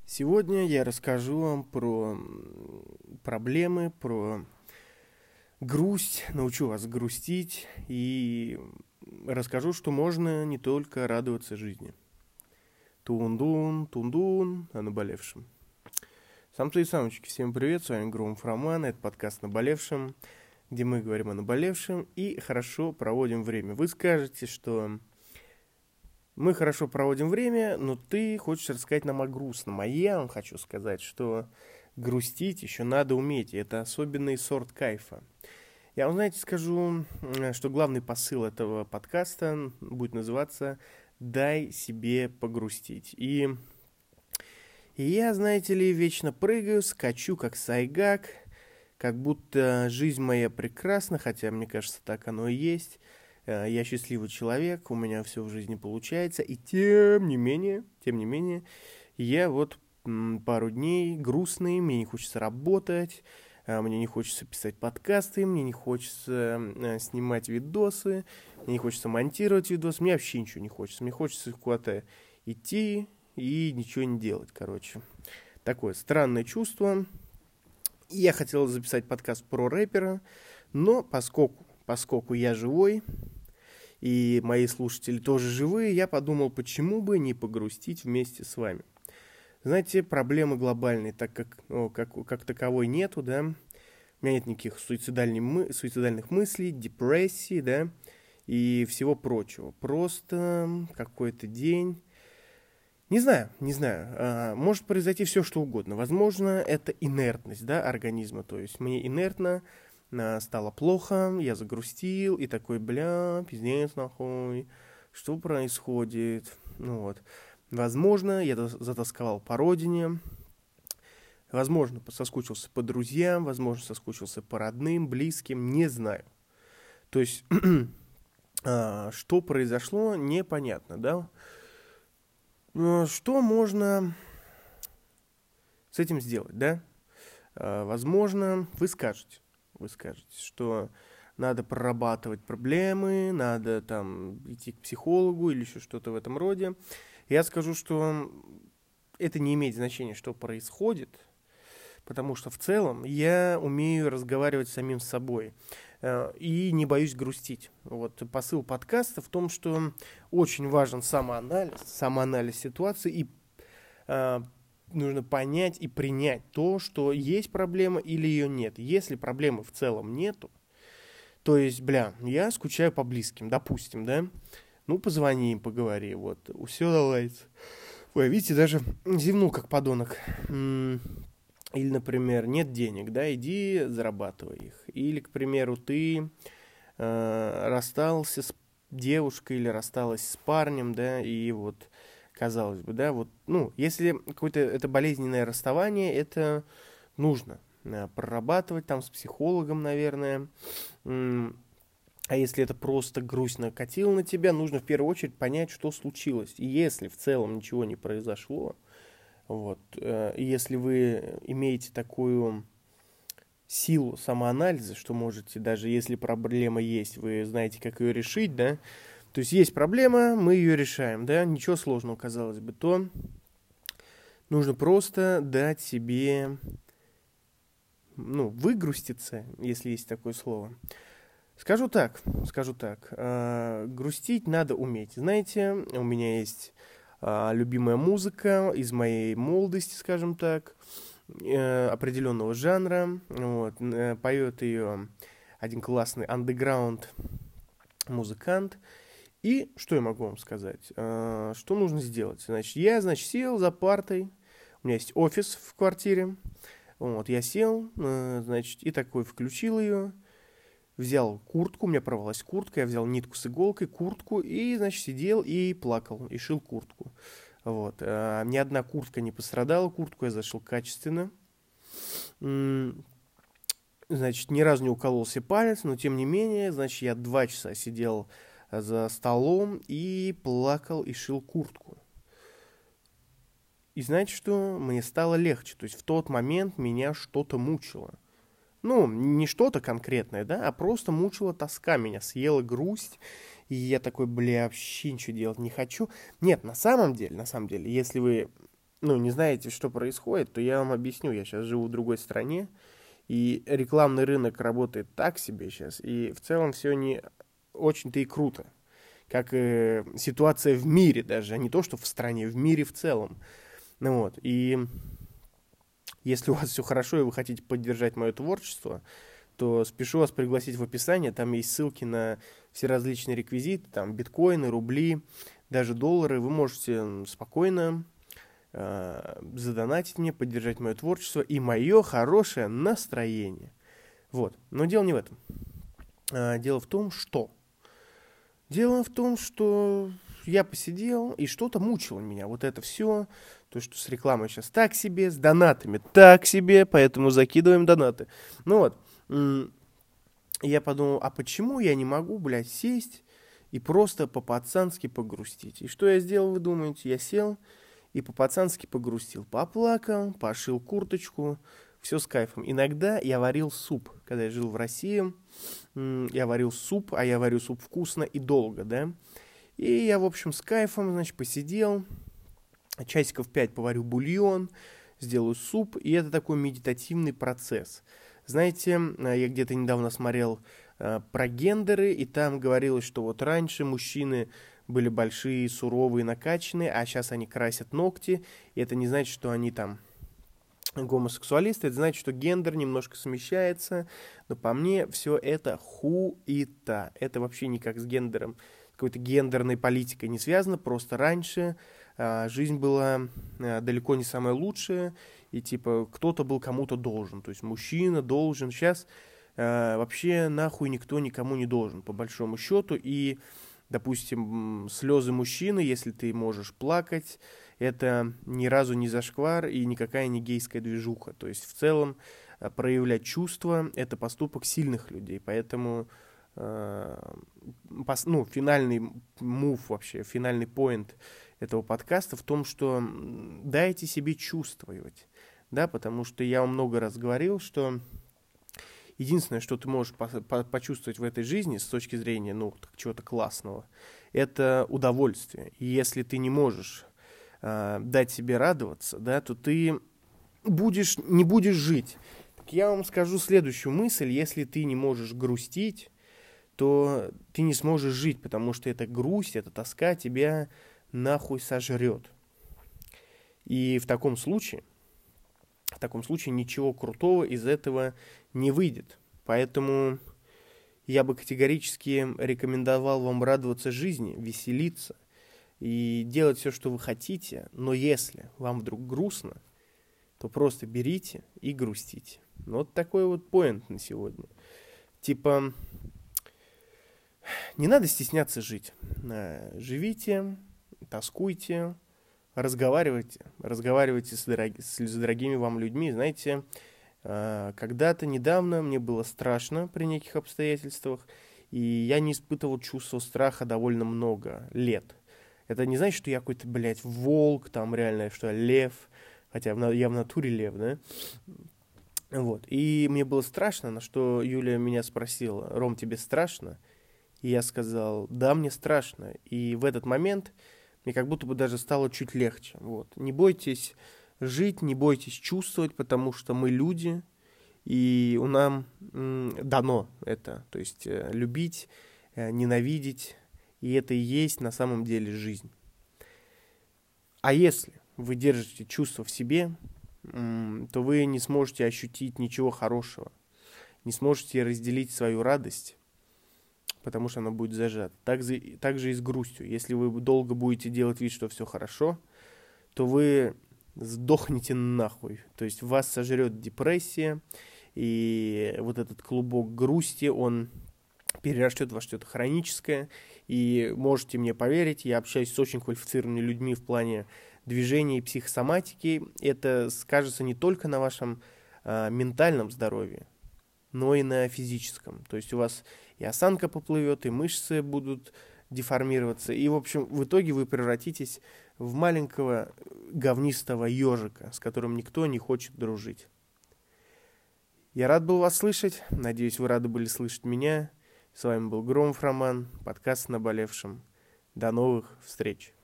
Сегодня я расскажу вам про проблемы, про грусть, научу вас грустить и расскажу, что можно не только радоваться жизни. Тундун, тундун, о наболевшем. Самцы и самочки, всем привет, с вами Громов Роман, это подкаст «Наболевшем», где мы говорим о наболевшем и хорошо проводим время. Вы скажете, что мы хорошо проводим время, но ты хочешь рассказать нам о грустном. А я вам хочу сказать, что грустить еще надо уметь. И это особенный сорт кайфа. Я вам, знаете, скажу, что главный посыл этого подкаста будет называться «Дай себе погрустить». И я, знаете ли, вечно прыгаю, скачу, как сайгак, как будто жизнь моя прекрасна, хотя, мне кажется, так оно и есть. Я счастливый человек, у меня все в жизни получается, и тем не менее, я вот пару дней грустный, мне не хочется работать, мне не хочется писать подкасты, мне не хочется снимать видосы, мне не хочется монтировать видосы, мне вообще ничего не хочется, мне хочется куда-то идти и ничего не делать, короче. Такое странное чувство. Я хотел записать подкаст про рэпера, но поскольку я живой, и мои слушатели тоже живые, я подумал, почему бы не погрустить вместе с вами. Знаете, проблемы глобальные, так как таковой нету, да, у меня нет никаких суицидальных мыслей, депрессии, да, и всего прочего. Просто какой-то день, не знаю, может произойти все, что угодно. Возможно, это инертность, да, организма, то есть мне инертно, стало плохо, я загрустил, и такой, пиздец нахуй, что происходит, вот. Возможно, я затасковал по родине, возможно, соскучился по друзьям, возможно, соскучился по родным, близким, не знаю. То есть, что произошло, непонятно, да. Что можно с этим сделать, да? Возможно, вы скажете, что надо прорабатывать проблемы, надо там идти к психологу или еще что-то в этом роде. Я скажу, что это не имеет значения, что происходит, потому что в целом я умею разговаривать с самим собой и не боюсь грустить. Вот посыл подкаста в том, что очень важен самоанализ ситуации, и нужно понять и принять то, что есть проблема или ее нет. Если проблемы в целом нету, то есть, я скучаю по близким, допустим, да, ну, позвони им, поговори, вот, все наладится. Ой, видите, даже зевнул как подонок. Или, например, нет денег, да, иди зарабатывай их. Или, к примеру, ты расстался с девушкой или рассталась с парнем, да, и вот, казалось бы, да, вот, ну, если какое-то это болезненное расставание, это нужно прорабатывать там с психологом, наверное. А если это просто грусть накатила на тебя, нужно в первую очередь понять, что случилось. И если в целом ничего не произошло, вот, если вы имеете такую силу самоанализа, что можете, даже если проблема есть, вы знаете, как ее решить, да, то есть проблема, мы ее решаем, да, ничего сложного, казалось бы, то нужно просто дать себе, выгруститься, если есть такое слово. Скажу так, грустить надо уметь. Знаете, у меня есть любимая музыка из моей молодости, скажем так, определенного жанра. Вот, поет ее один классный андеграунд музыкант. И что я могу вам сказать? Что нужно сделать? Я сел за партой. У меня есть офис в квартире. Вот, я сел, и такой включил ее. Взял куртку, у меня порвалась куртка, я взял нитку с иголкой, куртку, и, сидел и плакал, и шил куртку. Вот. Ни одна куртка не пострадала, куртку я зашил качественно. Ни разу не укололся палец, но тем не менее, я 2 часа сидел за столом и плакал, и шил куртку. И знаете что? Мне стало легче, то есть в тот момент меня что-то мучило. Не что-то конкретное, да, а просто мучила тоска, меня съела грусть, и я такой, вообще ничего делать не хочу. Нет, на самом деле, если вы не знаете, что происходит, то я вам объясню. Я сейчас живу в другой стране, и рекламный рынок работает так себе сейчас, и в целом все не очень-то и круто. Как ситуация в мире даже, а не то, что в стране, в мире в целом. И если у вас все хорошо, и вы хотите поддержать мое творчество, то спешу вас пригласить в описание. Там есть ссылки на все различные реквизиты, там биткоины, рубли, даже доллары. Вы можете спокойно задонатить мне, поддержать мое творчество и мое хорошее настроение. Но дело не в этом. Дело в том, что я посидел, и что-то мучило меня. Вот это все, то, что с рекламой сейчас так себе, с донатами так себе, поэтому закидываем донаты. Я подумал, а почему я не могу, сесть и просто по-пацански погрустить? И что я сделал, вы думаете? Я сел и по-пацански погрустил. Поплакал, пошил курточку, все с кайфом. Иногда я варил суп. Когда я жил в России, я варил суп, а я варю суп вкусно и долго, да. И я, в общем, с кайфом, посидел, часиков 5 поварю бульон, сделаю суп, и это такой медитативный процесс. Знаете, я где-то недавно смотрел про гендеры, и там говорилось, что вот раньше мужчины были большие, суровые, накачанные, а сейчас они красят ногти, и это не значит, что они там гомосексуалисты, это значит, что гендер немножко смещается, но по мне все это хуета. Это вообще никак с гендером, какой-то гендерной политикой не связано, просто раньше жизнь была далеко не самая лучшая, и кто-то был кому-то должен, то есть мужчина должен. Сейчас вообще нахуй никто никому не должен, по большому счету, и, допустим, слезы мужчины, если ты можешь плакать, это ни разу не зашквар и никакая не гейская движуха. То есть в целом проявлять чувства – это поступок сильных людей. Поэтому финальный мув вообще, финальный поинт этого подкаста в том, что дайте себе чувствовать. Да, потому что я вам много раз говорил, что единственное, что ты можешь почувствовать в этой жизни с точки зрения чего-то классного, это удовольствие. И если ты не можешь дать себе радоваться, да, то ты не будешь жить. Так я вам скажу следующую мысль. Если ты не можешь грустить, то ты не сможешь жить, потому что эта грусть, эта тоска тебя нахуй сожрет. И в таком случае ничего крутого из этого не выйдет. Поэтому я бы категорически рекомендовал вам радоваться жизни, веселиться и делать все, что вы хотите. Но если вам вдруг грустно, то просто берите и грустите. Вот такой вот поинт на сегодня. Не надо стесняться жить. Живите, тоскуйте, разговаривайте с дорогими вам людьми. Знаете, когда-то недавно мне было страшно при неких обстоятельствах, и я не испытывал чувство страха довольно много лет. Это не значит, что я какой-то, волк, там реально, что я лев, хотя я в натуре лев, да? И мне было страшно, на что Юля меня спросила: «Ром, тебе страшно?» И я сказал: «Да, мне страшно». И в этот момент мне как будто бы даже стало чуть легче. Не бойтесь жить, не бойтесь чувствовать, потому что мы люди, и нам дано это. То есть любить, ненавидеть, и это и есть на самом деле жизнь. А если вы держите чувства в себе, то вы не сможете ощутить ничего хорошего, не сможете разделить свою радость, потому что она будет зажата. Так же и с грустью. Если вы долго будете делать вид, что все хорошо, то вы сдохнете нахуй. То есть вас сожрет депрессия, и вот этот клубок грусти, он перерастет во что-то хроническое. И можете мне поверить, я общаюсь с очень квалифицированными людьми в плане движения и психосоматики. Это скажется не только на вашем ментальном здоровье, но и на физическом. То есть у вас и осанка поплывет, и мышцы будут деформироваться. И, в общем, в итоге вы превратитесь в маленького говнистого ежика, с которым никто не хочет дружить. Я рад был вас слышать. Надеюсь, вы рады были слышать меня. С вами был Громов Роман, подкаст «Наболевшим». До новых встреч.